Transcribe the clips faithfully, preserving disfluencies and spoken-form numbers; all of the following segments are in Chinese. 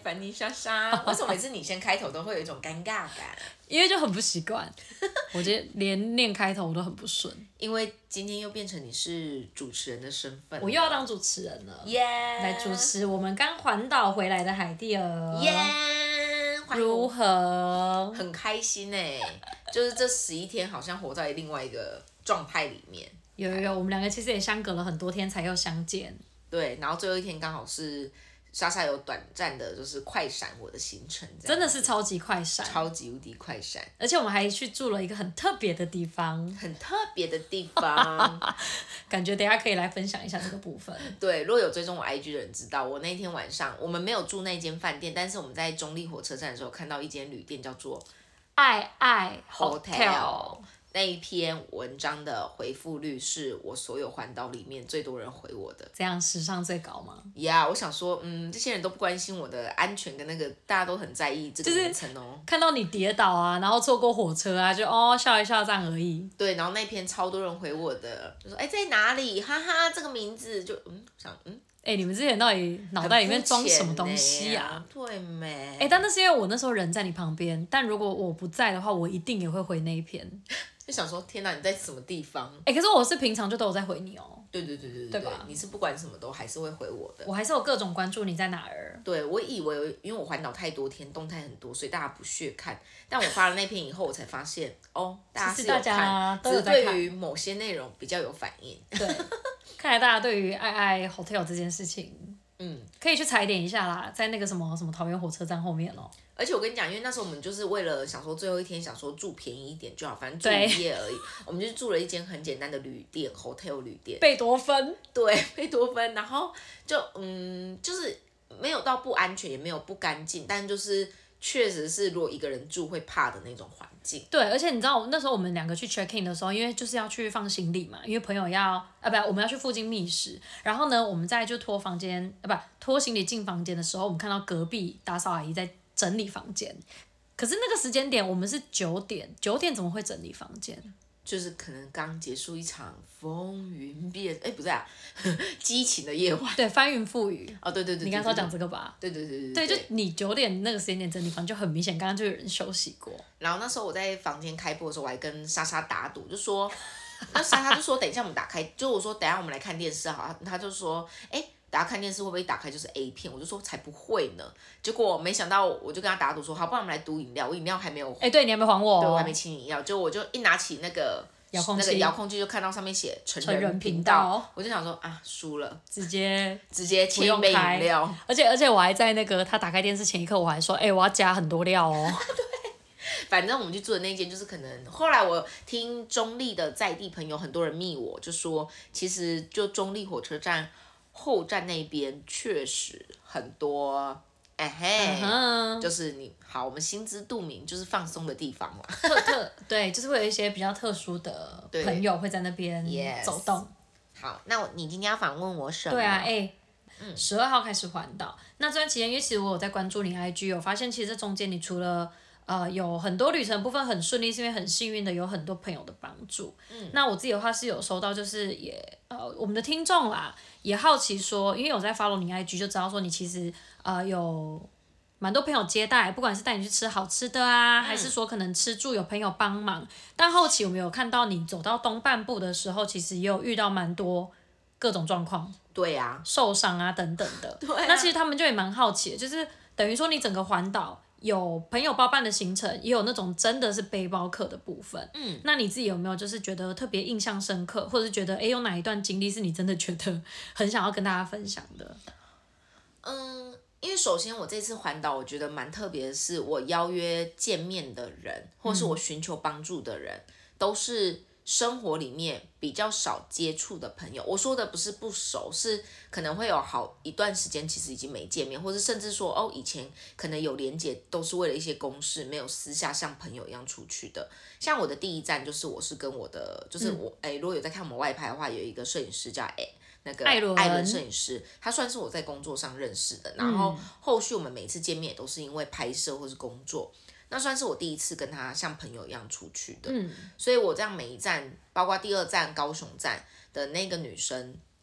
凡妮莎莎，为什么每次你先开头都会有一种尴尬感？ 因为就很不习惯，我觉得连念开头我都很不顺。 因为今天又变成你是主持人的身份， 我又要当主持人了， 耶、 yeah! 来主持我们刚环岛回来的海蒂儿， 耶、yeah! 如何？ 很开心哎、欸，就是这十一天好像活在另外一个状态里面。 有有有，我们两个其实也相隔了很多天才又相见。 对，然后最后一天刚好是莎莎有短暂的，就是快闪我的行程， 真的是超级快闪， 超级无敌快闪， 而且我们还去住了一个很特别的地方， 很特别的地方， 感觉等一下可以来分享一下这个部分。 对，如果有追踪我 I G 的人知道，我那天晚上我们没有住那间饭店，但是我们在中立火车站的时候看到一间旅店叫做爱爱 Hotel。那一篇文章的回复率是我所有环岛里面最多人回我的， 这样时尚最高吗？ 呀、yeah, 我想说，嗯，这些人都不关心我的安全跟那个，大家都很在意这个名称哦、喔。 看到你跌倒啊，然后错过火车啊，就哦笑一笑这样而已。 对，然后那篇超多人回我的，就说哎、欸、在哪里，哈哈，这个名字就嗯想嗯。 哎、欸，你们之前到底脑袋里面装什么东西啊？ 对没？ 哎、欸，但那是因为我那时候人在你旁边，但如果我不在的话，我一定也会回那一篇。 就想说，天哪，你在什么地方？ 哎、欸，可是我是平常就都有在回你哦、喔。 对对对对对吧？ 你是不管什么都还是会回我的。 我还是有各种关注你在哪儿。 对，我以为因为我环岛太多天，动态很多，所以大家不屑看。但我发了那篇以后，我才发现哦，大家是有看，只是对于某些内容比较有反应。 对，看来大家对于爱爱 Hotel 这件事情。嗯，可以去踩点一下啦，在那个什么什么桃园火车站后面哦。 而且我跟你讲，因为那时候我们就是为了想说最后一天想说住便宜一点就好，反正住一夜而已，我们就住了一间很简单的旅店 ，hotel 旅店。 贝多芬。 对，贝多芬，然后就嗯，就是没有到不安全，也没有不干净，但就是确实是如果一个人住会怕的那种环境。 对，而且你知道，那时候我们两个去 check in 的时候，因为就是要去放行李嘛，因为朋友要啊不，我们要去附近觅食。然后呢，我们在就拖房间啊不拖行李进房间的时候，我们看到隔壁打扫阿姨在整理房间。可是那个时间点，我们是九点，九点怎么会整理房间？ 就是可能刚结束一场风云变，哎，不是啊，激情的夜晚。 对，翻云覆雨。 哦，对对对。 你刚刚说讲这个吧？ 对对对对对。对，就你九点那个时间点整理房，就很明显，刚刚就有人休息过。 然后那时候我在房间开播的时候，我还跟莎莎打赌，就说，那莎莎就说，等一下我们打开，就我说等一下我们来看电视好，他就说，哎。大家看电视会不会一打开就是 A 片？我就说才不会呢。结果没想到，我就跟他打赌说，好，不然我们来赌饮料。我饮料还没有。 哎、欸，对你还没还我、哦。 对，我还没请你饮料。就我就一拿起那个遥控器， 那个遥控器就看到上面写成人频道， 道，我就想说啊，输了， 直接直接切一杯饮料。 而且而且我还在那个他打开电视前一刻，我还说，哎、欸，我要加很多料哦。 对。反正我们去住的那间就是可能，后来我听中立的在地朋友很多人密我，就说其实就中立火车站。后站那边确实很多，哎嘿，uh-huh. 就是你好，我们心知肚明，就是放松的地方嘛。 特特对，就是会有一些比较特殊的朋友会在那边走动。 Yes. 好，那你今天要访问我什么？ 对啊，哎、欸，嗯，十二号开始环岛。那这段期间，因为其实我有在关注你 I G， 有发现其实这中间你除了呃，有很多旅程部分很顺利，是因为很幸运的有很多朋友的帮助。嗯，那我自己的话是有收到，就是也呃，我们的听众啦，也好奇说，因为我在 follow 你 I G 就知道说你其实呃有蛮多朋友接待，不管是带你去吃好吃的啊，嗯、还是说可能吃住有朋友帮忙。但后期我们有看到你走到东半部的时候，其实也有遇到蛮多各种状况。 对呀、啊， 受伤啊等等的。 对、啊。 那其实他们就也蛮好奇的，就是等于说你整个环岛。有朋友包办的行程，也有那种真的是背包客的部分。嗯，那你自己有没有就是觉得特别印象深刻，或者是觉得哎有哪一段经历是你真的觉得很想要跟大家分享的？ 嗯，因为首先我这次环岛，我觉得蛮特别的是，我邀约见面的人，或是我寻求帮助的人，嗯、都是生活里面比较少接触的朋友。我说的不是不熟，是可能会有好一段时间其实已经没见面，或是甚至说哦以前可能有连结，都是为了一些公事，没有私下像朋友一样出去的。像我的第一站就是我是跟我的就是我哎、嗯，如果有在看我们外拍的话，有一个摄影师叫哎那个艾伦摄影师，他算是我在工作上认识的，然后后续我们每次见面也都是因为拍摄或是工作。那算是我第一次跟他像朋友一样出去的，嗯、所以我这样每一站，包括第二站高雄站的那个女生，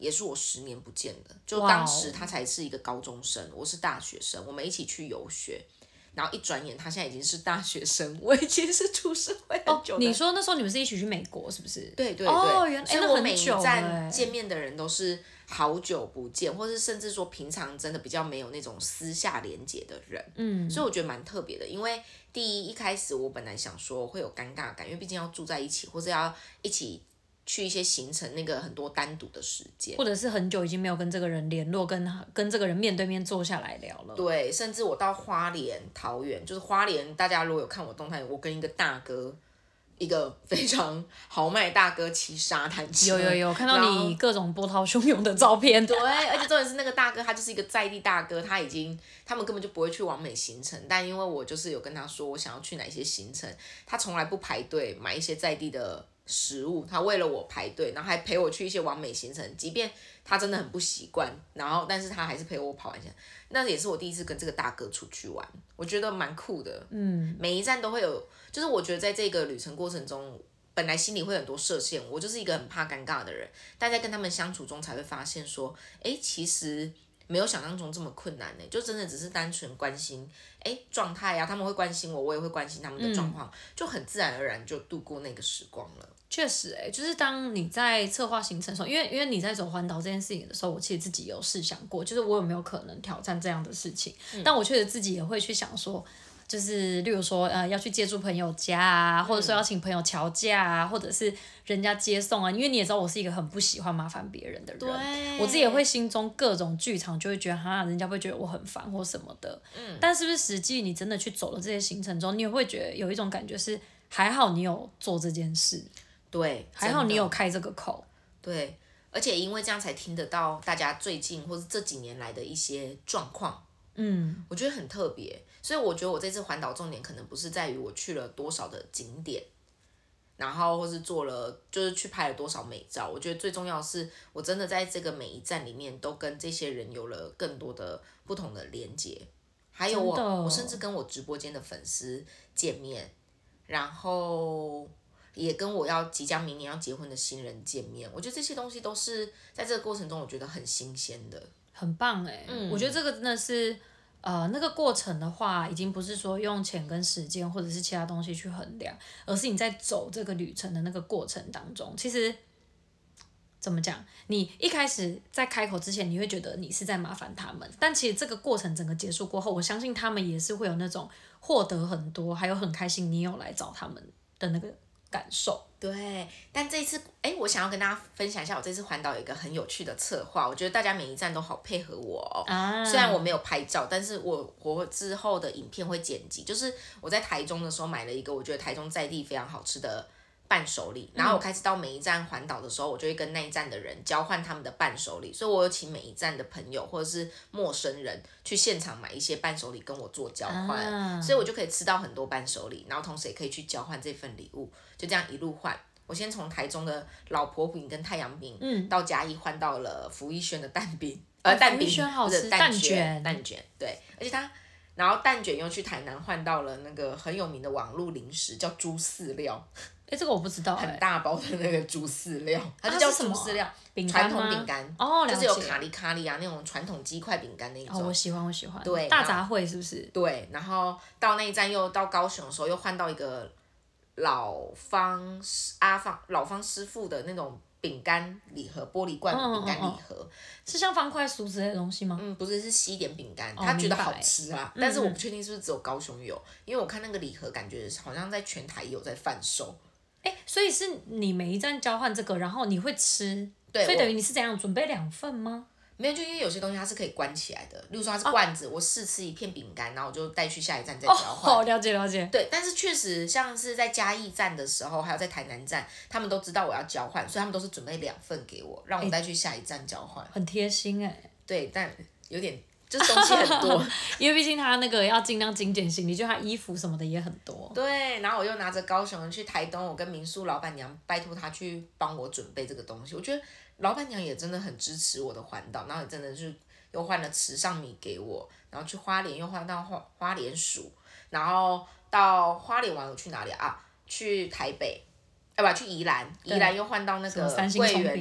也是我十年不见的。就当时他才是一个高中生，我是大学生，我们一起去游学。然后一转眼，他现在已经是大学生，我已经是出社会很久的。 哦，你说那时候你们是一起去美国，是不是？ 对对对。 哦，原来所以我每一欸站见面的人都是好久不见，或是甚至说平常真的比较没有那种私下连结的人。嗯。所以我觉得蛮特别的，因为第一一开始我本来想说会有尴尬感，因为毕竟要住在一起，或是要一起去一些行程，那个很多单独的时间， 或者是很久已经没有跟这个人联络，跟跟这个人面对面坐下来聊了。 对，甚至我到花莲、桃园，就是花莲，大家如果有看我动态，我跟一个大哥，一个非常豪迈大哥骑沙滩车。 有有有看到你各种波涛汹涌的照片。 对，而且重点是那个大哥，他就是一个在地大哥，他已经他们根本就不会去完美行程，但因为我就是有跟他说我想要去哪些行程，他从来不排队买一些在地的食物，他为了我排队，然后还陪我去一些完美行程，即便他真的很不习惯，然后但是他还是陪我跑完下。那也是我第一次跟这个大哥出去玩，我觉得蛮酷的。嗯，每一站都会有，就是我觉得在这个旅程过程中，本来心里会很多设限，我就是一个很怕尴尬的人，但在跟他们相处中才会发现说，哎，其实没有想象中这么困难呢，就真的只是单纯关心，哎，状态啊，他们会关心我，我也会关心他们的状况，嗯、就很自然而然就度过那个时光了。 确实、欸，哎，就是当你在策划行程的时候，因为因为你在走环岛这件事情的时候，我其实自己有试想过，就是我有没有可能挑战这样的事情，嗯、但我确实自己也会去想说。就是例如说，呃，要去借住朋友家啊，或者说要请朋友乔驾啊，或者是人家接送啊，因为你也知道我是一个很不喜欢麻烦别人的人， 对， 我自己也会心中各种剧场，就会觉得哈，人家会觉得我很烦或什么的。嗯。但是不是实际你真的去走了这些行程中，你也会觉得有一种感觉是，还好你有做这件事， 对， 还好你有开这个口， 对，而且因为这样才听得到大家最近或是这几年来的一些状况。嗯，我觉得很特别，所以我觉得我这次环岛重点可能不是在于我去了多少的景点，然后或是做了就是去拍了多少美照，我觉得最重要的是我真的在这个每一站里面都跟这些人有了更多的不同的连接，还有我我甚至跟我直播间的粉丝见面，然后也跟我要即将明年要结婚的新人见面，我觉得这些东西都是在这个过程中我觉得很新鲜的。 很棒哎、欸，嗯、我觉得这个真的是，呃，那个过程的话，已经不是说用钱跟时间或者是其他东西去衡量，而是你在走这个旅程的那个过程当中，其实怎么讲，你一开始在开口之前，你会觉得你是在麻烦他们，但其实这个过程整个结束过后，我相信他们也是会有那种获得很多，还有很开心你有来找他们的那个感受。 对，但这一次，哎，我想要跟大家分享一下，我这次环岛有一个很有趣的策划，我觉得大家每一站都好配合我哦。啊、虽然我没有拍照，但是我我之后的影片会剪辑。就是我在台中的时候买了一个我觉得台中在地非常好吃的伴手礼，然后我开始到每一站环岛的时候，我就会跟那一站的人交换他们的伴手礼，所以我有请每一站的朋友或者是陌生人去现场买一些伴手礼跟我做交换，啊、所以我就可以吃到很多伴手礼，然后同时也可以去交换这份礼物，就这样一路换。我先从台中的老婆饼跟太阳饼，嗯、到嘉义换到了福一轩的蛋饼，呃，蛋饼或者蛋卷，蛋卷，对，而且它，然后蛋卷又去台南换到了那个很有名的网络零食，叫猪饲料。 哎，这个我不知道、欸， 很大包的那个猪饲料，它就叫猪饲料，传统饼干， 哦， 就是有卡利卡利啊那种传统鸡块饼干那一种。 哦，我喜欢，我喜欢。 对， 大杂烩是不是？ 对，然后到那一站又到高雄的时候，又换到一个老方阿方老方师傅的那种饼干礼盒，玻璃罐饼干礼盒，嗯嗯嗯、 是像方块酥之类的东西吗？ 嗯，不是，是西点饼干，他觉得好吃啊，但是我不确定是不是只有高雄有，因为我看那个礼盒感觉好像在全台有在贩售。 哎，所以是你每一站交换这个，然后你会吃， 对， 所以等于你是怎样准备两份吗？ 没有，就因为有些东西它是可以关起来的，例如说它是罐子，哦、我试吃一片饼干，然后我就带去下一站再交换。 哦，了解了解。 对，但是确实像是在嘉义站的时候，还有在台南站，他们都知道我要交换，所以他们都是准备两份给我，让我带去下一站交换。 很贴心哎、欸。 对，但有点。就是东西很多， 因为毕竟他那个要尽量精简行李，就他衣服什么的也很多。 对，然后我又拿着高雄人去台东，我跟民宿老板娘拜托她去帮我准备这个东西。我觉得老板娘也真的很支持我的环岛，然后也真的是又换了池上米给我，然后去花莲又换到花花莲薯，然后到花莲完我去哪里啊？去台北，哎不去宜兰，宜兰又换到那个三星葱饼吗？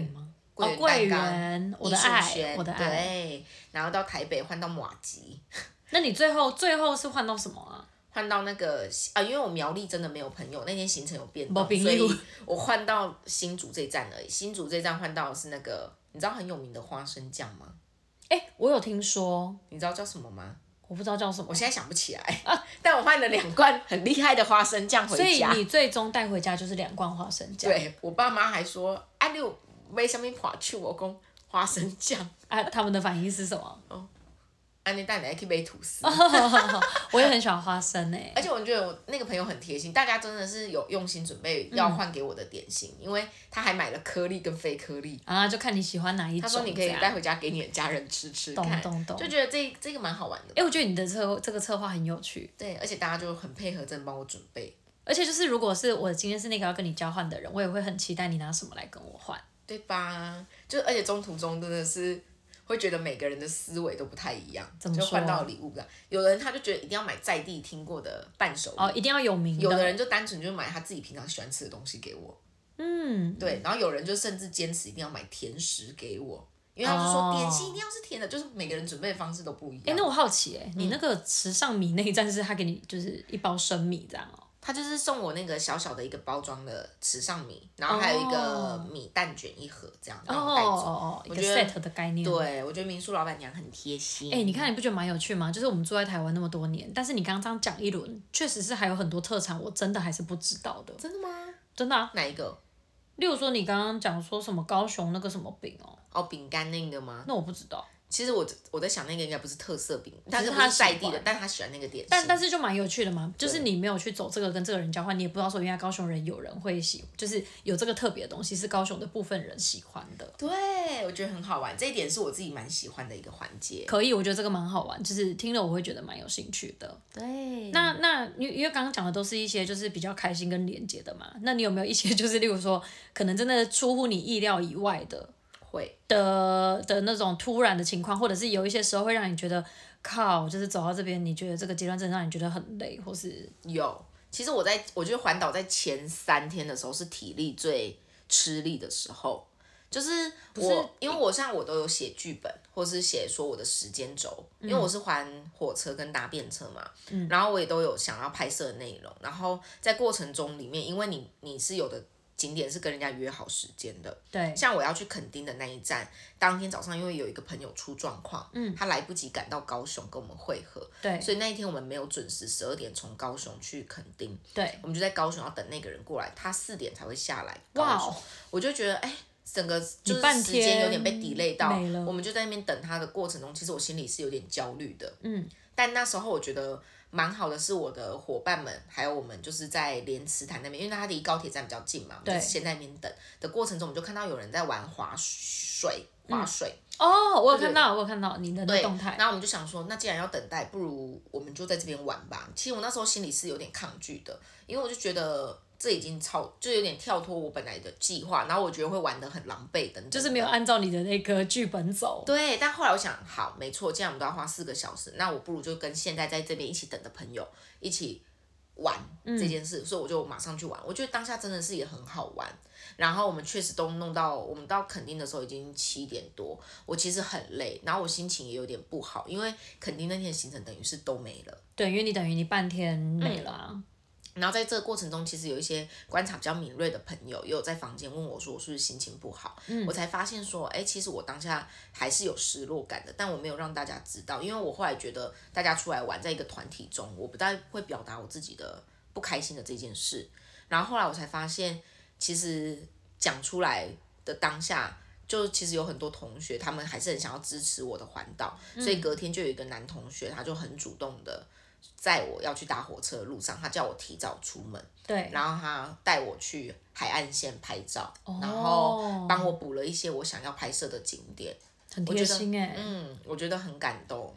桂桂圆蛋圆， 糕， 我的爱，我的爱。 对，然后到台北换到马吉。 那你最后最后是换到什么啊？ 换到那个啊，因为我苗栗真的没有朋友，那天行程有变动， 没朋友所以我换到新竹这站而已。新竹这站换到的是那个，你知道很有名的花生酱吗？ 哎、欸，我有听说， 你知道叫什么吗？ 我不知道叫什么， 我现在想不起来。啊、但我换了两罐很厉害的花生酱回家。 所以你最终带回家就是两罐花生酱。 对，我爸妈还说，啊，你有买什么花去？我讲花生酱。 啊，他们的反应是什么？ 哦，安妮带你去买吐司。 我也很喜欢花生诶、欸。 而且我觉得我那个朋友很贴心，大家真的是有用心准备要换给我的点心，嗯、因为他还买了颗粒跟非颗粒。 啊，就看你喜欢哪一种。 他说你可以带回家给你的家人吃吃看， 懂懂懂， 就觉得这这个蛮好玩的。 哎、欸，我觉得你的策这个策划很有趣。 对，而且大家就很配合，真的帮我准备。 而且就是如果是我今天是那个要跟你交换的人，我也会很期待你拿什么来跟我换， 对吧？就而且中途中真的是。会觉得每个人的思维都不太一样，就换到礼物这样。有的人他就觉得一定要买在地听过的伴手礼， 哦，一定要有名的。 有的人就单纯就买他自己平常喜欢吃的东西给我，嗯，对。然后有人就甚至坚持一定要买甜食给我，因为他就说点心一定要是甜的，就是每个人准备的方式都不一样。 哎、欸，那我好奇哎、欸，你那个池上米那一站是他给你就是一包生米这样哦？ 他就是送我那个小小的一个包装的池上米，然后还有一个米蛋卷一盒这样，然后带走。哦哦哦，一个 set 的概念。 对，我觉得民宿老板娘很贴心。 哎、欸，你看你不觉得蛮有趣吗？就是我们住在台湾那么多年，但是你刚刚这样讲一轮，确实是还有很多特产，我真的还是不知道的。 真的吗？ 真的啊。 哪一个？ 例如说你刚刚讲说什么高雄那个什么饼哦。 哦，饼干那个吗？ 那我不知道。 其实我我在想那个应该不是特色饼，但是他是在地的，但他喜欢那个点心。 但但是就蛮有趣的嘛，就是你没有去走这个跟这个人交换，你也不知道说原来高雄人有人会喜，就是有这个特别的东西是高雄的部分人喜欢的。 对，我觉得很好玩，这一点是我自己蛮喜欢的一个环节。 可以，我觉得这个蛮好玩，就是听了我会觉得蛮有兴趣的。 对。 那那因为因为刚刚讲的都是一些就是比较开心跟连结的嘛，那你有没有一些就是例如说可能真的出乎你意料以外的？ 会的的那种突然的情况，或者是有一些时候会让你觉得靠，就是走到这边，你觉得这个阶段真的让你觉得很累，或是有。其实我在我觉得环岛在前三天的时候是体力最吃力的时候，就是我因为我像我都有写剧本，或是写说我的时间轴，因为我是环火车跟搭便车嘛，嗯、然后我也都有想要拍摄的内容，然后在过程中里面，因为你你是有的。景点是跟人家约好时间的， 对， 像我要去垦丁的那一站，当天早上因为有一个朋友出状况，嗯，他来不及赶到高雄跟我们会合， 对， 所以那一天我们没有准时十二点从高雄去垦丁， 对， 我们就在高雄要等那个人过来，他四点才会下来高雄，哇，我就觉得哎。整个就是时间有点被 delay 到，我们就在那边等他的过程中，其实我心里是有点焦虑的，嗯，但那时候我觉得蛮好的，是我的伙伴们，还有我们就是在莲池潭那边，因为它离高铁站比较近嘛，我们就先在那边等的过程中，我们就看到有人在玩滑水，滑水。 嗯、哦，我有看到，我有看到你的那动态。 然后我们就想说，那既然要等待，不如我们就在这边玩吧。其实我那时候心里是有点抗拒的，因为我就觉得。这已经超就有点跳脱我本来的计划，然后我觉得会玩得很狼狈等等， 就是没有按照你的那个剧本走。 对，但后来我想，好，没错，既然我们都要花四个小时，那我不如就跟现在在这边一起等的朋友一起玩这件事，嗯、所以我就马上去玩。我觉得当下真的是也很好玩。然后我们确实都弄到，我们到垦丁的时候已经七点多，我其实很累，然后我心情也有点不好，因为垦丁那天的行程等于是都没了。 对，因为你等于你半天没了、啊。嗯然后在这个过程中，其实有一些观察比较敏锐的朋友，也有在房间问我说我是不是心情不好，嗯、我才发现说，哎，其实我当下还是有失落感的，但我没有让大家知道，因为我后来觉得大家出来玩，在一个团体中，我不太会表达我自己的不开心的这件事。然后后来我才发现，其实讲出来的当下，就其实有很多同学，他们还是很想要支持我的环岛，嗯、所以隔天就有一个男同学，他就很主动的。在我要去搭火车的路上，他叫我提早出门， 对， 然后他带我去海岸线拍照，哦、然后帮我补了一些我想要拍摄的景点， 很贴心哎， 嗯，我觉得很感动。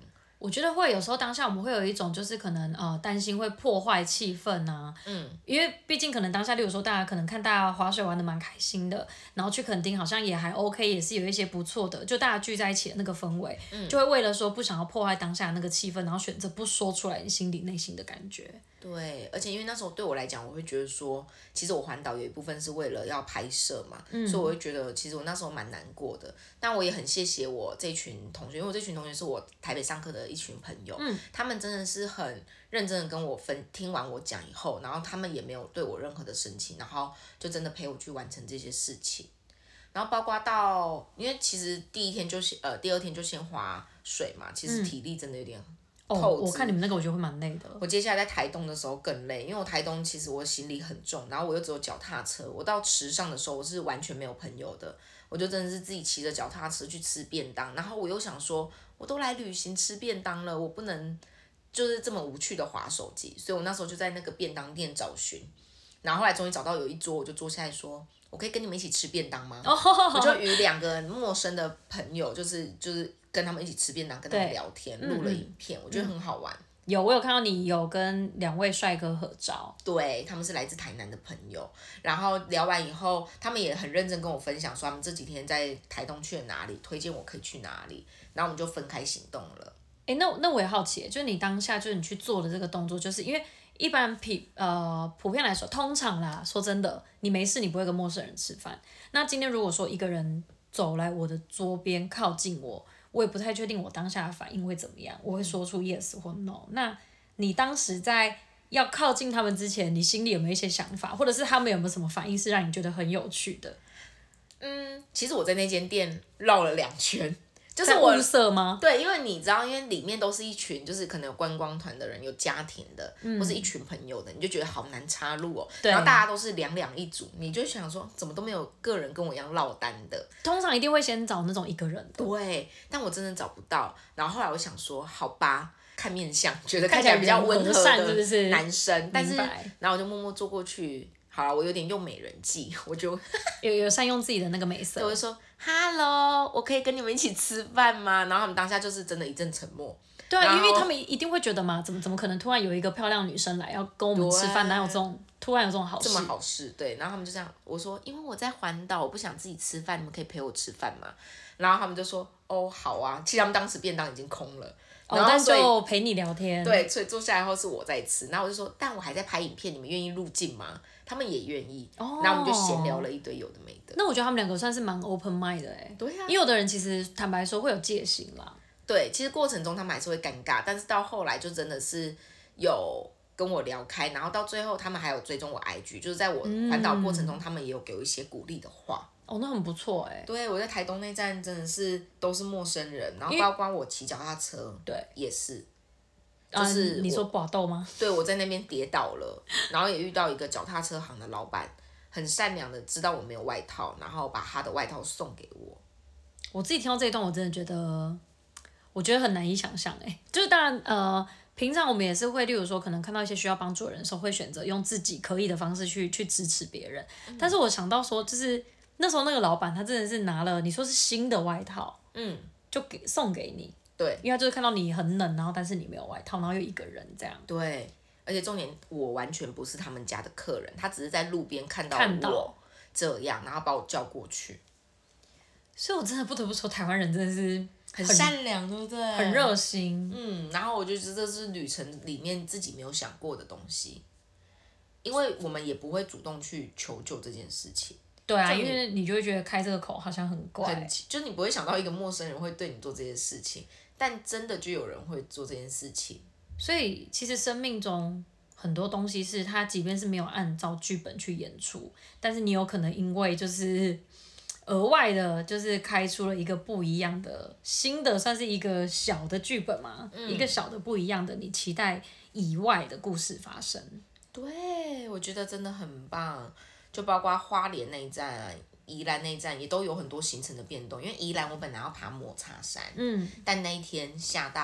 我觉得会有时候当下我们会有一种就是可能呃担心会破坏气氛啊，嗯，因为毕竟可能当下，例如说大家可能看大家滑水玩的蛮开心的，然后去垦丁好像也还 OK， 也是有一些不错的，就大家聚在一起的那个氛围，嗯，就会为了说不想要破坏当下那个气氛，然后选择不说出来你心里内心的感觉。 对，而且因为那时候对我来讲，我会觉得说，其实我环岛有一部分是为了要拍摄嘛，嗯、所以我会觉得其实我那时候蛮难过的。但我也很谢谢我这群同学，因为我这群同学是我台北上课的一群朋友，嗯、他们真的是很认真的跟我分听完我讲以后，然后他们也没有对我任何的生气，然后就真的陪我去完成这些事情。然后包括到，因为其实第一天就先呃第二天就先滑水嘛，其实体力真的有点。嗯哦，我看你们那个我觉得会蛮累的。 我接下来在台东的时候更累，因为我台东其实我行李很重，然后我又只有脚踏车。我到池上的时候我是完全没有朋友的，我就真的是自己骑着脚踏车去吃便当。然后我又想说，我都来旅行吃便当了，我不能就是这么无趣的滑手机，所以我那时候就在那个便当店找寻，然后后来终于找到有一桌，我就坐下来说，我可以跟你们一起吃便当吗？ oh. 我就与两个陌生的朋友，就是就是。跟他们一起吃便当，跟他们聊天，录了影片，嗯、我觉得很好玩。 有，我有看到你有跟两位帅哥合照。 对，他们是来自台南的朋友，然后聊完以后，他们也很认真跟我分享说他们这几天在台东去了哪里，推荐我可以去哪里，然后我们就分开行动了。 哎，那那我也好奇，就是你当下就是你去做的这个动作，就是因为一般普呃普遍来说，通常啦，说真的，你没事你不会跟陌生人吃饭。那今天如果说一个人走来我的桌边靠近我。我也不太确定我当下的反应会怎么样，我会说出 yes 或 no。那你当时在要靠近他们之前，你心里有没有一些想法，或者是他们有没有什么反应是让你觉得很有趣的？ 嗯，其实我在那间店绕了两圈。就是我物色吗？ 对，因为你知道，因为里面都是一群，就是可能有观光团的人，有家庭的，嗯、或是一群朋友的，你就觉得好难插入哦。然后大家都是两两一组，你就想说，怎么都没有个人跟我一样落单的。 通常一定会先找那种一个人的。 对，但我真的找不到。然后后来我想说，好吧，看面相，觉得看起来比较温和的男生，但是，然后我就默默坐过去。好了，我有点用美人计，我就有有善用自己的那个美色。 我就说 ，Hello， 我可以跟你们一起吃饭吗？然后他们当下就是真的一阵沉默。 对啊，因为他们一定会觉得嘛，怎么怎么可能突然有一个漂亮女生来要跟我们吃饭，哪有这种突然有这种好事？ 这么好事，对。然后他们就这样，我说，因为我在环岛，我不想自己吃饭，你们可以陪我吃饭吗？然后他们就说，哦，好啊。其实他们当时便当已经空了。 然后、哦、但就陪你聊天。 对，所以坐下来后是我在吃，然后我就说，但我还在拍影片，你们愿意入镜吗？他们也愿意，哦、然后我们就闲聊了一堆有的没的。 那我觉得他们两个算是蛮 open mind 的哎。 对啊。 因为有的人其实坦白说会有戒心啦。 对，其实过程中他们还是会尴尬，但是到后来就真的是有跟我聊开，然后到最后他们还有追踪我 I G， 就是在我环岛过程中，嗯、他们也有给我一些鼓励的话。 哦，那很不错哎。 对，我在台东那站真的是都是陌生人，然后包括我骑脚踏车，对，也是。就是、 啊、你说拔豆吗？ 对，我在那边跌倒了，然后也遇到一个脚踏车行的老板，很善良的知道我没有外套，然后把他的外套送给我。 我自己听到这一段，我真的觉得，我觉得很难以想象哎。就是当然呃，平常我们也是会，例如说可能看到一些需要帮助的人的时候，会选择用自己可以的方式去去支持别人。嗯、但是我想到说，就是那时候那个老板他真的是拿了你说是新的外套，嗯，就给送给你。对，因为他就是看到你很冷，然后但是你没有外套，然后有一个人这样。 对，而且重点我完全不是他们家的客人，他只是在路边看到我这样，然后把我叫过去。 所以我真的不得不说，台湾人真的是很善良，对不对？ 很热心。 嗯，然后我就觉得这是旅程里面自己没有想过的东西，因为我们也不会主动去求救这件事情。 对啊，因为你就会觉得开这个口好像很怪， 很就是你不会想到一个陌生人会对你做这些事情。但真的就有人会做这件事情， 所以其实生命中很多东西是它即便是没有按照剧本去演出，但是你有可能因为就是额外的，就是开出了一个不一样的新的，算是一个小的剧本嘛，嗯、一个小的不一样的你期待以外的故事发生。 对，我觉得真的很棒，就包括花莲那一站啊。宜兰那一站也都有很多行程的变动，因为宜兰我本来要爬抹茶山，嗯，但那一天下大雨，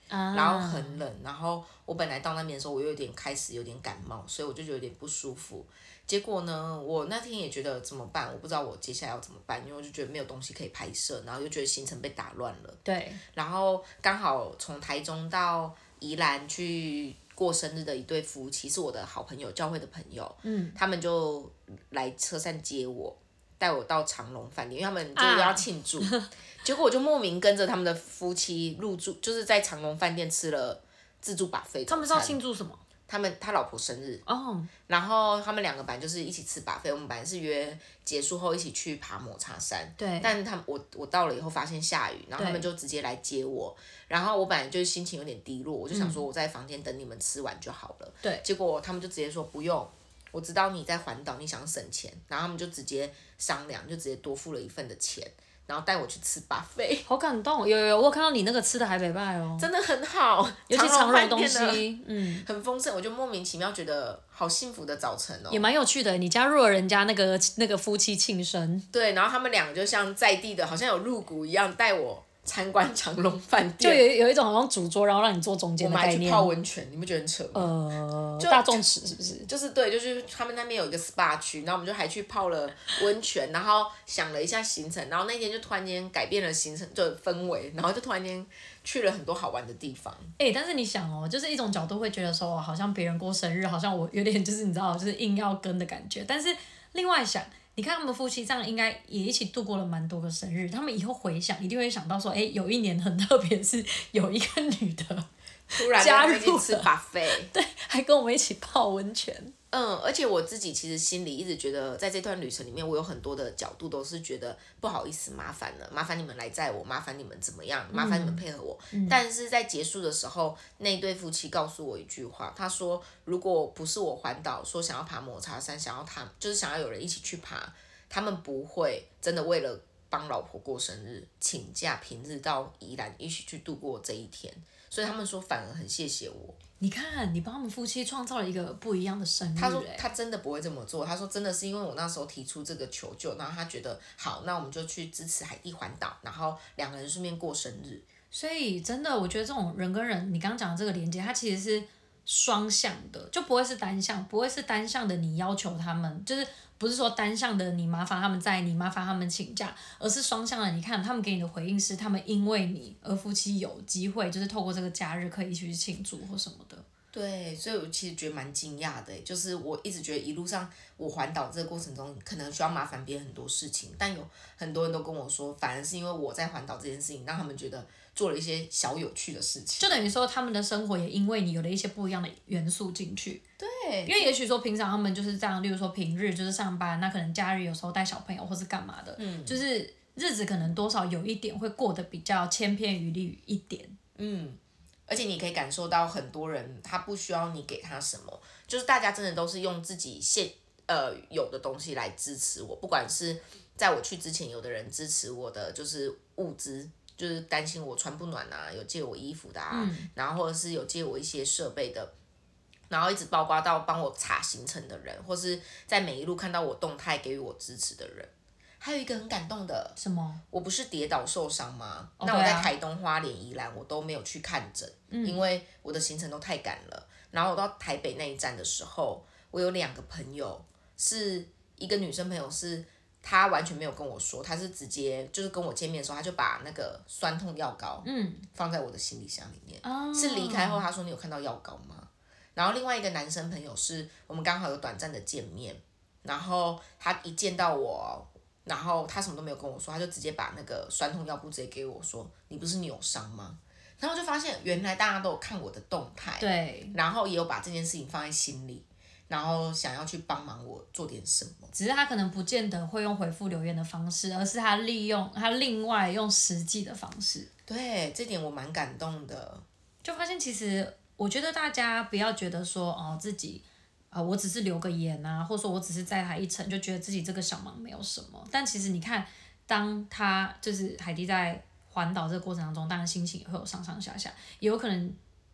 啊、然后很冷，然后我本来到那边的时候，我又有点开始有点感冒，所以我就觉得有点不舒服。结果呢，我那天也觉得怎么办？我不知道我接下来要怎么办，因为我就觉得没有东西可以拍摄，然后又觉得行程被打乱了。 对。 然后刚好从台中到宜兰去过生日的一对夫妻，是我的好朋友，教会的朋友。嗯。他们就来车站接我，带我到长隆饭店，因为他们就要庆祝。啊、结果我就莫名跟着他们的夫妻入住，就是在长隆饭店吃了自助buffet。 他们是要庆祝什么？ 他们他老婆生日哦， 然后他们两个本来就是一起吃buffet，我们本来是约结束后一起去爬抹茶山， 对， 但他们我我到了以后发现下雨，然后他们就直接来接我，然后我本来就是心情有点低落，我就想说我在房间等你们吃完就好了， 对， 结果他们就直接说不用，我知道你在环岛你想省钱，然后他们就直接商量，就直接多付了一份的钱。然后带我去吃buffet， 好感动，有有有，我看到你那个吃的海北拜哦， 真的很好， 尤其长荣东西，嗯，很丰盛，我就莫名其妙觉得好幸福的早晨哦， 也蛮有趣的，你加入了人家那个那个夫妻庆生， 对，然后他们两个就像在地的，好像有入股一样，带我参观长隆饭店， 就有有一种好像主桌，然后让你坐中间的概念。 我们还去泡温泉，你不觉得很扯吗？ 呃，大众池是不是？ 就是对，就是他们那边有一个 S P A 区，然后我们就还去泡了温泉，然后想了一下行程，然后那天就突然间改变了行程的氛围，然后就突然间去了很多好玩的地方。 哎、欸，但是你想哦，就是一种角度会觉得说，好像别人过生日，好像我有点就是你知道，就是硬要跟的感觉。但是另外想。你看他们夫妻这样，应该也一起度过了蛮多个生日。他们以后回想，一定会想到说，哎、欸，有一年很特别，是有一个女的突然加入吃 buffet， 对，还跟我们一起泡温泉。 嗯，而且我自己其实心里一直觉得，在这段旅程里面，我有很多的角度都是觉得不好意思，麻烦了，麻烦你们来载我，麻烦你们怎么样，麻烦你们配合我。嗯、但是在结束的时候，那对夫妻告诉我一句话，他说，如果不是我环岛说想要爬抹茶山，想要他就是想要有人一起去爬，他们不会真的为了帮老婆过生日请假平日到宜兰一起去度过这一天。所以他们说反而很谢谢我。 你看，你帮他们夫妻创造了一个不一样的生日。 他说他真的不会这么做。他说真的是因为我那时候提出这个求救，然后他觉得好，那我们就去支持海地环岛，然后两个人顺便过生日。 所以真的，我觉得这种人跟人，你刚刚讲的这个连接，它其实是双向的，就不会是单向，不会是单向的你要求他们，就是不是说单向的你麻烦他们载你，麻烦他们请假，而是双向的。你看他们给你的回应是，他们因为你而夫妻有机会，就是透过这个假日可以一起去庆祝或什么的。 对，所以我其实觉得蛮惊讶的，就是我一直觉得一路上我环岛这个过程中，可能需要麻烦别人很多事情，但有很多人都跟我说，反而是因为我在环岛这件事情，让他们觉得做了一些小有趣的事情， 就等于说他们的生活也因为你有了一些不一样的元素进去。 对， 因为也许说平常他们就是这样，例如说平日就是上班，那可能假日有时候带小朋友或是干嘛的，嗯，就是日子可能多少有一点会过得比较千篇一律一点， 嗯。而且你可以感受到很多人他不需要你给他什么，就是大家真的都是用自己现呃有的东西来支持我，不管是在我去之前，有的人支持我的就是物资，就是担心我穿不暖啊，有借我衣服的啊，嗯、然后或者是有借我一些设备的，然后一直包括到帮我查行程的人，或是在每一路看到我动态给予我支持的人。还有一个很感动的， 什么？ 我不是跌倒受伤吗？ 哦、 那我在台东、花莲、宜兰，我都没有去看诊，嗯、因为我的行程都太赶了。然后我到台北那一站的时候，我有两个朋友，是一个女生朋友是，她完全没有跟我说，她是直接就是跟我见面的时候，她就把那个酸痛药膏，嗯，放在我的行李箱里面。哦、是离开后，她说你有看到药膏吗？然后另外一个男生朋友是我们刚好有短暂的见面，然后他一见到我。然后他什么都没有跟我说，他就直接把那个酸痛药布直接给我说：“你不是扭伤吗？”然后就发现原来大家都有看我的动态， 对， 然后也有把这件事情放在心里，然后想要去帮忙我做点什么。 只是他可能不见得会用回复留言的方式，而是他利用他另外用实际的方式。 对，这点我蛮感动的。 就发现其实我觉得大家不要觉得说哦自己。啊、呃，我只是留个言啊，或者说我只是载他一程，就觉得自己这个小忙没有什么。但其实你看，当他就是海蒂在环岛这个过程当中，当然心情也会有上上下下，也有可能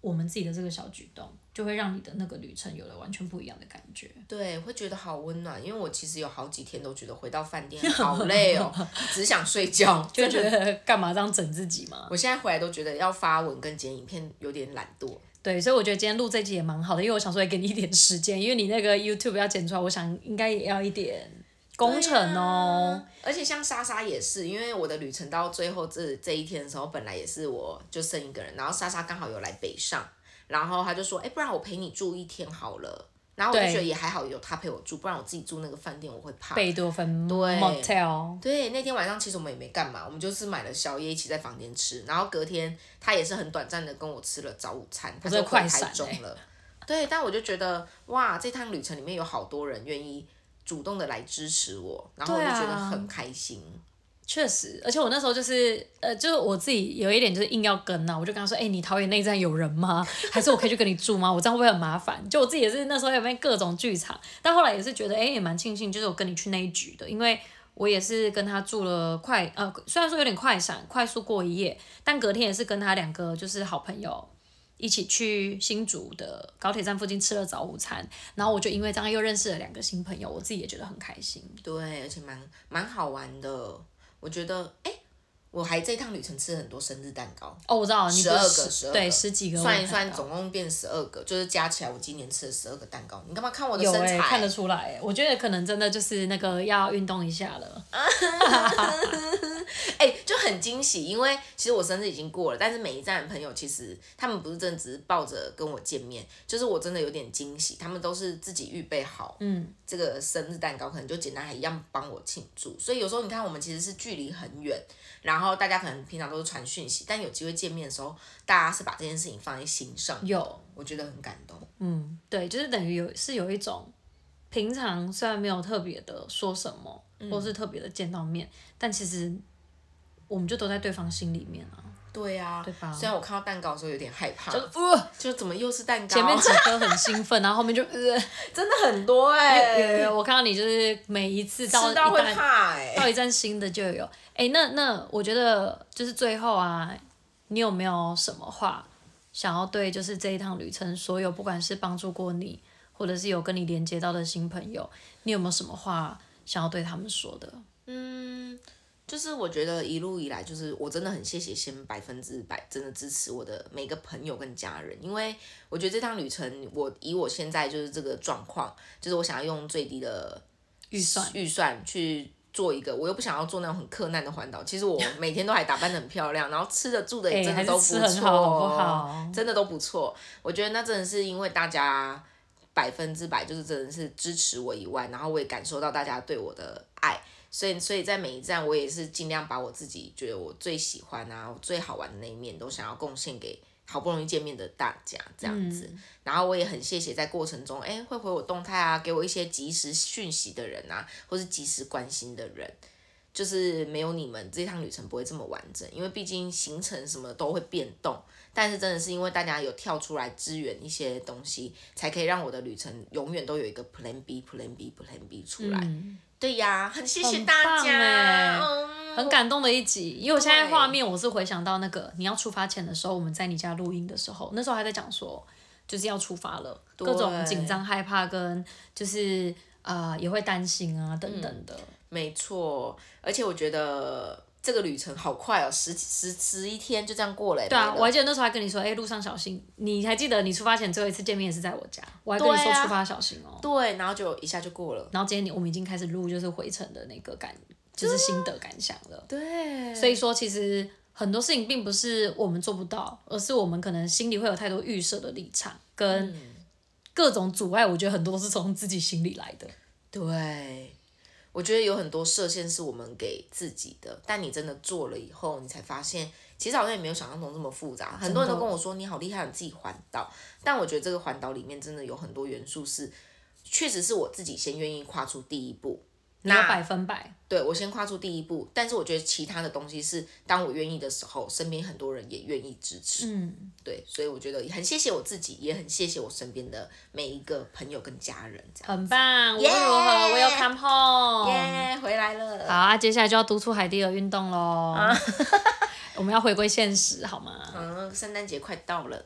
我们自己的这个小举动，就会让你的那个旅程有了完全不一样的感觉。 对，会觉得好温暖，因为我其实有好几天都觉得回到饭店好累哦，只想睡觉， 就觉得干嘛这样整自己嘛。 我现在回来都觉得要发文跟剪影片有点懒惰。 对，所以我觉得今天录这集也蛮好的，因为我想说也给你一点时间，因为你那个 YouTube 要剪出来，我想应该也要一点工程哦。 啊、而且像莎莎也是，因为我的旅程到最后这这一天的时候，本来也是我就剩一个人，然后莎莎刚好有来北上，然后他就说，哎、欸，不然我陪你住一天好了。然后我就觉得也还好有他陪我住，不然我自己住那个饭店我会怕。 贝多芬 motel。 对，那天晚上其实我们也没干嘛，我们就是买了宵夜一起在房间吃，然后隔天他也是很短暂的跟我吃了早午餐，他就回台中了。欸、对，但我就觉得哇，这趟旅程里面有好多人愿意主动的来支持我，然后我就觉得很开心。 确实，而且我那时候就是呃，就是我自己有一点就是硬要跟啊，我就跟他说，哎、欸，你桃园那一站有人吗？还是我可以去跟你住吗？我这样会不会很麻烦？就我自己也是那时候有没有各种剧场，但后来也是觉得，哎、欸，也蛮庆幸，就是我跟你去那一局的，因为我也是跟他住了快呃，虽然说有点快闪，快速过一夜，但隔天也是跟他两个就是好朋友一起去新竹的高铁站附近吃了早午餐，然后我就因为这样又认识了两个新朋友，我自己也觉得很开心。 对，而且蛮蛮好玩的。我觉得，哎、欸，我还这一趟旅程吃了很多生日蛋糕。 哦，我知道， 十二个，十二个， 对，十几个， 算一算，总共变十二个，就是加起来，我今年吃了十二个蛋糕。你干嘛看我的身材？ 有欸，看得出来欸。我觉得可能真的就是那个要运动一下了。 哎、欸，就很惊喜，因为其实我生日已经过了，但是每一站的朋友其实他们不是真的只是抱着跟我见面，就是我真的有点惊喜，他们都是自己预备好，嗯，这个生日蛋糕可能就简单还一样帮我庆祝，所以有时候你看我们其实是距离很远，然后大家可能平常都是传讯息，但有机会见面的时候，大家是把这件事情放在心上， 有， 我觉得很感动。 嗯，对，就是等于有是有一种平常虽然没有特别的说什么，嗯、或是特别的见到面，但其实我们就都在对方心里面啊。 对啊， 对吧？ 虽然我看到蛋糕的时候有点害怕， 就呃， 就怎么又是蛋糕？ 前面几颗很兴奋，然后后面就呃， 真的很多哎、 欸。有有，我看到你就是每一次到一吃到会怕哎、欸， 到一站新的就有。哎、欸，那那我觉得就是最后啊，你有没有什么话想要对就是这一趟旅程所有不管是帮助过你，或者是有跟你连接到的新朋友，你有没有什么话想要对他们说的？ 嗯。就是我觉得一路以来，就是我真的很谢谢先百分之百真的支持我的每个朋友跟家人，因为我觉得这趟旅程，我以我现在就是这个状况，就是我想要用最低的预算预算去做一个，我又不想要做那种很克难的环岛。其实我每天都还打扮得很漂亮，然后吃的住的也真的都不错， 欸、好好不好？ 真的都不错。我觉得那真的是因为大家百分之百就是真的是支持我以外，然后我也感受到大家对我的爱。所以，所以在每一站，我也是尽量把我自己觉得我最喜欢啊、我最好玩的那一面，都想要贡献给好不容易见面的大家，这样子。嗯、然后我也很謝謝在過程中，哎，會回我動態啊，給我一些及時訊息的人啊，或是及時關心的人，就是沒有你們，這趟旅程不會這麼完整，因為畢竟行程什麼都會變動。但是真的是因為大家有跳出來支援一些東西，才可以讓我的旅程永遠都有一個 Plan B、Plan B、Plan B 出來。嗯對呀，很謝謝大家， 嗯、很感動的一集。因為我現在畫面我是回想到那個你要出發前的時候，我們在你家錄音的時候，那時候還在講說就是要出發了，各種緊張害怕跟就是呃也會擔心啊等等的。嗯、 沒錯，而且我覺得這個旅程好快哦，十十十一天就這樣過了。 對啊，我還記得那時候還跟你說，哎，路上小心。你還記得你出發前最後一次見面也是在我家，我還跟你說出發小心哦。 對，然後就一下就過了。 然後今天我們已經開始錄就是回程的那個感，就是心得感想了。 對。 所以說其實很多事情並不是我們做不到，而是我們可能心裡會有太多預設的立場跟各種阻礙，我覺得很多都是從自己心裡來的。 對。我覺得有很多設限是我們給自己的，但你真的做了以後，你才發現其實好像也沒有想象中這麼複雜。很多人都跟我說你好厲害，你自己環島，但我覺得這個環島裡面真的有很多元素是，確實是我自己先願意跨出第一步。 你有百分百， 對，我先跨出第一步，但是我覺得其他的東西是當我願意的時候，身邊很多人也願意支持。嗯，對，所以我覺得很謝謝我自己，也很謝謝我身邊的每一個朋友跟家人。 很棒，無論如何，我有 come home， 耶，回來了。 好啊，接下來就要督促海蒂兒運動咯。我們要回歸現實，好嗎？ 嗯，聖誕節快到了。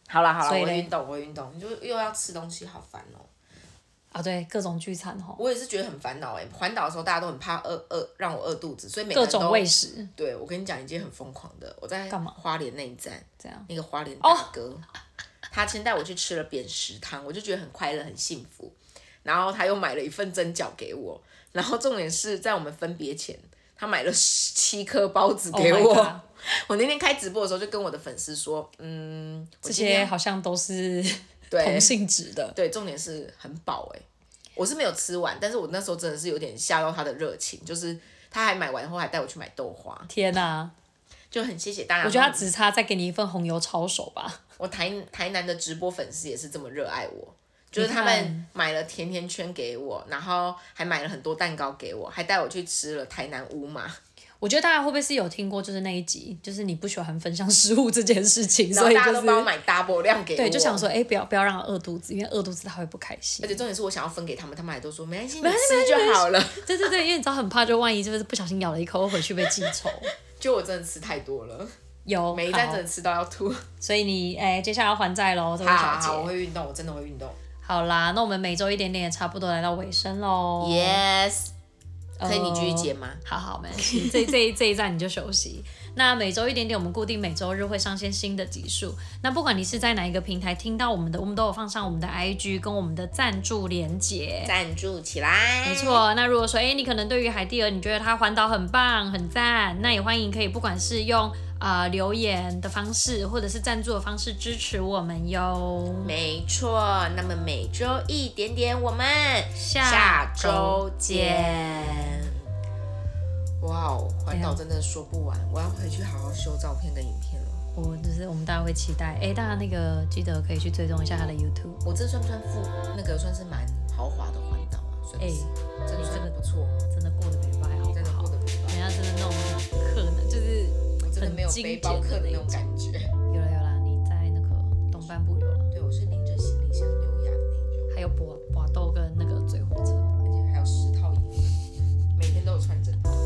好啦好啦， 所以嘞我会运动，我会运动，就又要吃东西，好烦哦、 啊，对，各种聚餐吼， 我也是觉得很烦恼哎，环岛的时候大家都很怕饿饿，让我饿肚子，所以每个各人都种喂食。 对，我跟你讲一件很疯狂的，我在干嘛花莲那一站， 这样那个花莲大哥，他先带我去吃了扁食汤，我就觉得很快乐很幸福，然后他又买了一份蒸饺给我，然后重点是在我们分别前，他买了七颗包子给我。 Oh my god 我那天开直播的时候就跟我的粉丝说，嗯，我这今天些好像都是对同性质的。 对，重点是很饱哎、我是没有吃完，但是我那时候真的是有点吓到他的热情，就是他还买完后还带我去买豆花， 天哪、 就很谢谢大家。 我觉得他只差再给你一份红油抄手吧。 我台台南的直播粉丝也是这么热爱我，就是他们买了甜甜圈给我，然后还买了很多蛋糕给我，还带我去吃了台南乌马。 我觉得大家会不会是有听过，就是那一集，就是你不喜欢分享食物这件事情， 然后所以就是大家都帮我买 double 量给我， 对，就想说，哎、不要不要让他饿肚子，因为饿肚子他会不开心。 而且重点是我想要分给他们，他们还都说没关系，你吃就好了。 对对对，因为你知道很怕，就万一就是不小心咬了一口，回去被记仇。 就我真的吃太多了， 有每一站好真的吃到要吐。 所以你哎、接下来要还债喽，这位小姐。 好好好，我会运动，我真的会运动。 好啦，那我们每周一点点也差不多来到尾声喽。 Yes，可以你继续接吗？ 呃好好，没关系，这这这一站你就休息。那每周一点点，我们固定每周日会上线新的集数。那不管你是在哪一个平台听到我们的，我们都有放上我们的 I G 跟我们的赞助连结。 赞助起来。 没错，那如果说，哎、你可能对于海蒂尔，你觉得它环岛很棒、很赞，那也欢迎可以不管是用呃留言的方式，或者是赞助的方式支持我们哟。 没错，那么每周一点点，我们下下周周见见。哇哦，环岛真的说不完，我要回去好好修照片跟影片了。 我就是我们大家会期待，哎、大家那个记得可以去追踪一下他的 YouTube。 我这算不算富？那个算是蛮豪华的环岛啊，算是，真的算不错， 真的过得没白好不好？ 真的过得不错。 人家真的那种很客的，就是我真的没有背包客的那种感觉。 有了有了，你在那个东半部有了， 对，我是拎着行李箱优雅的那种， 还有拔拔豆跟那个追火车， 而且还有十套衣服，每天都有穿整套。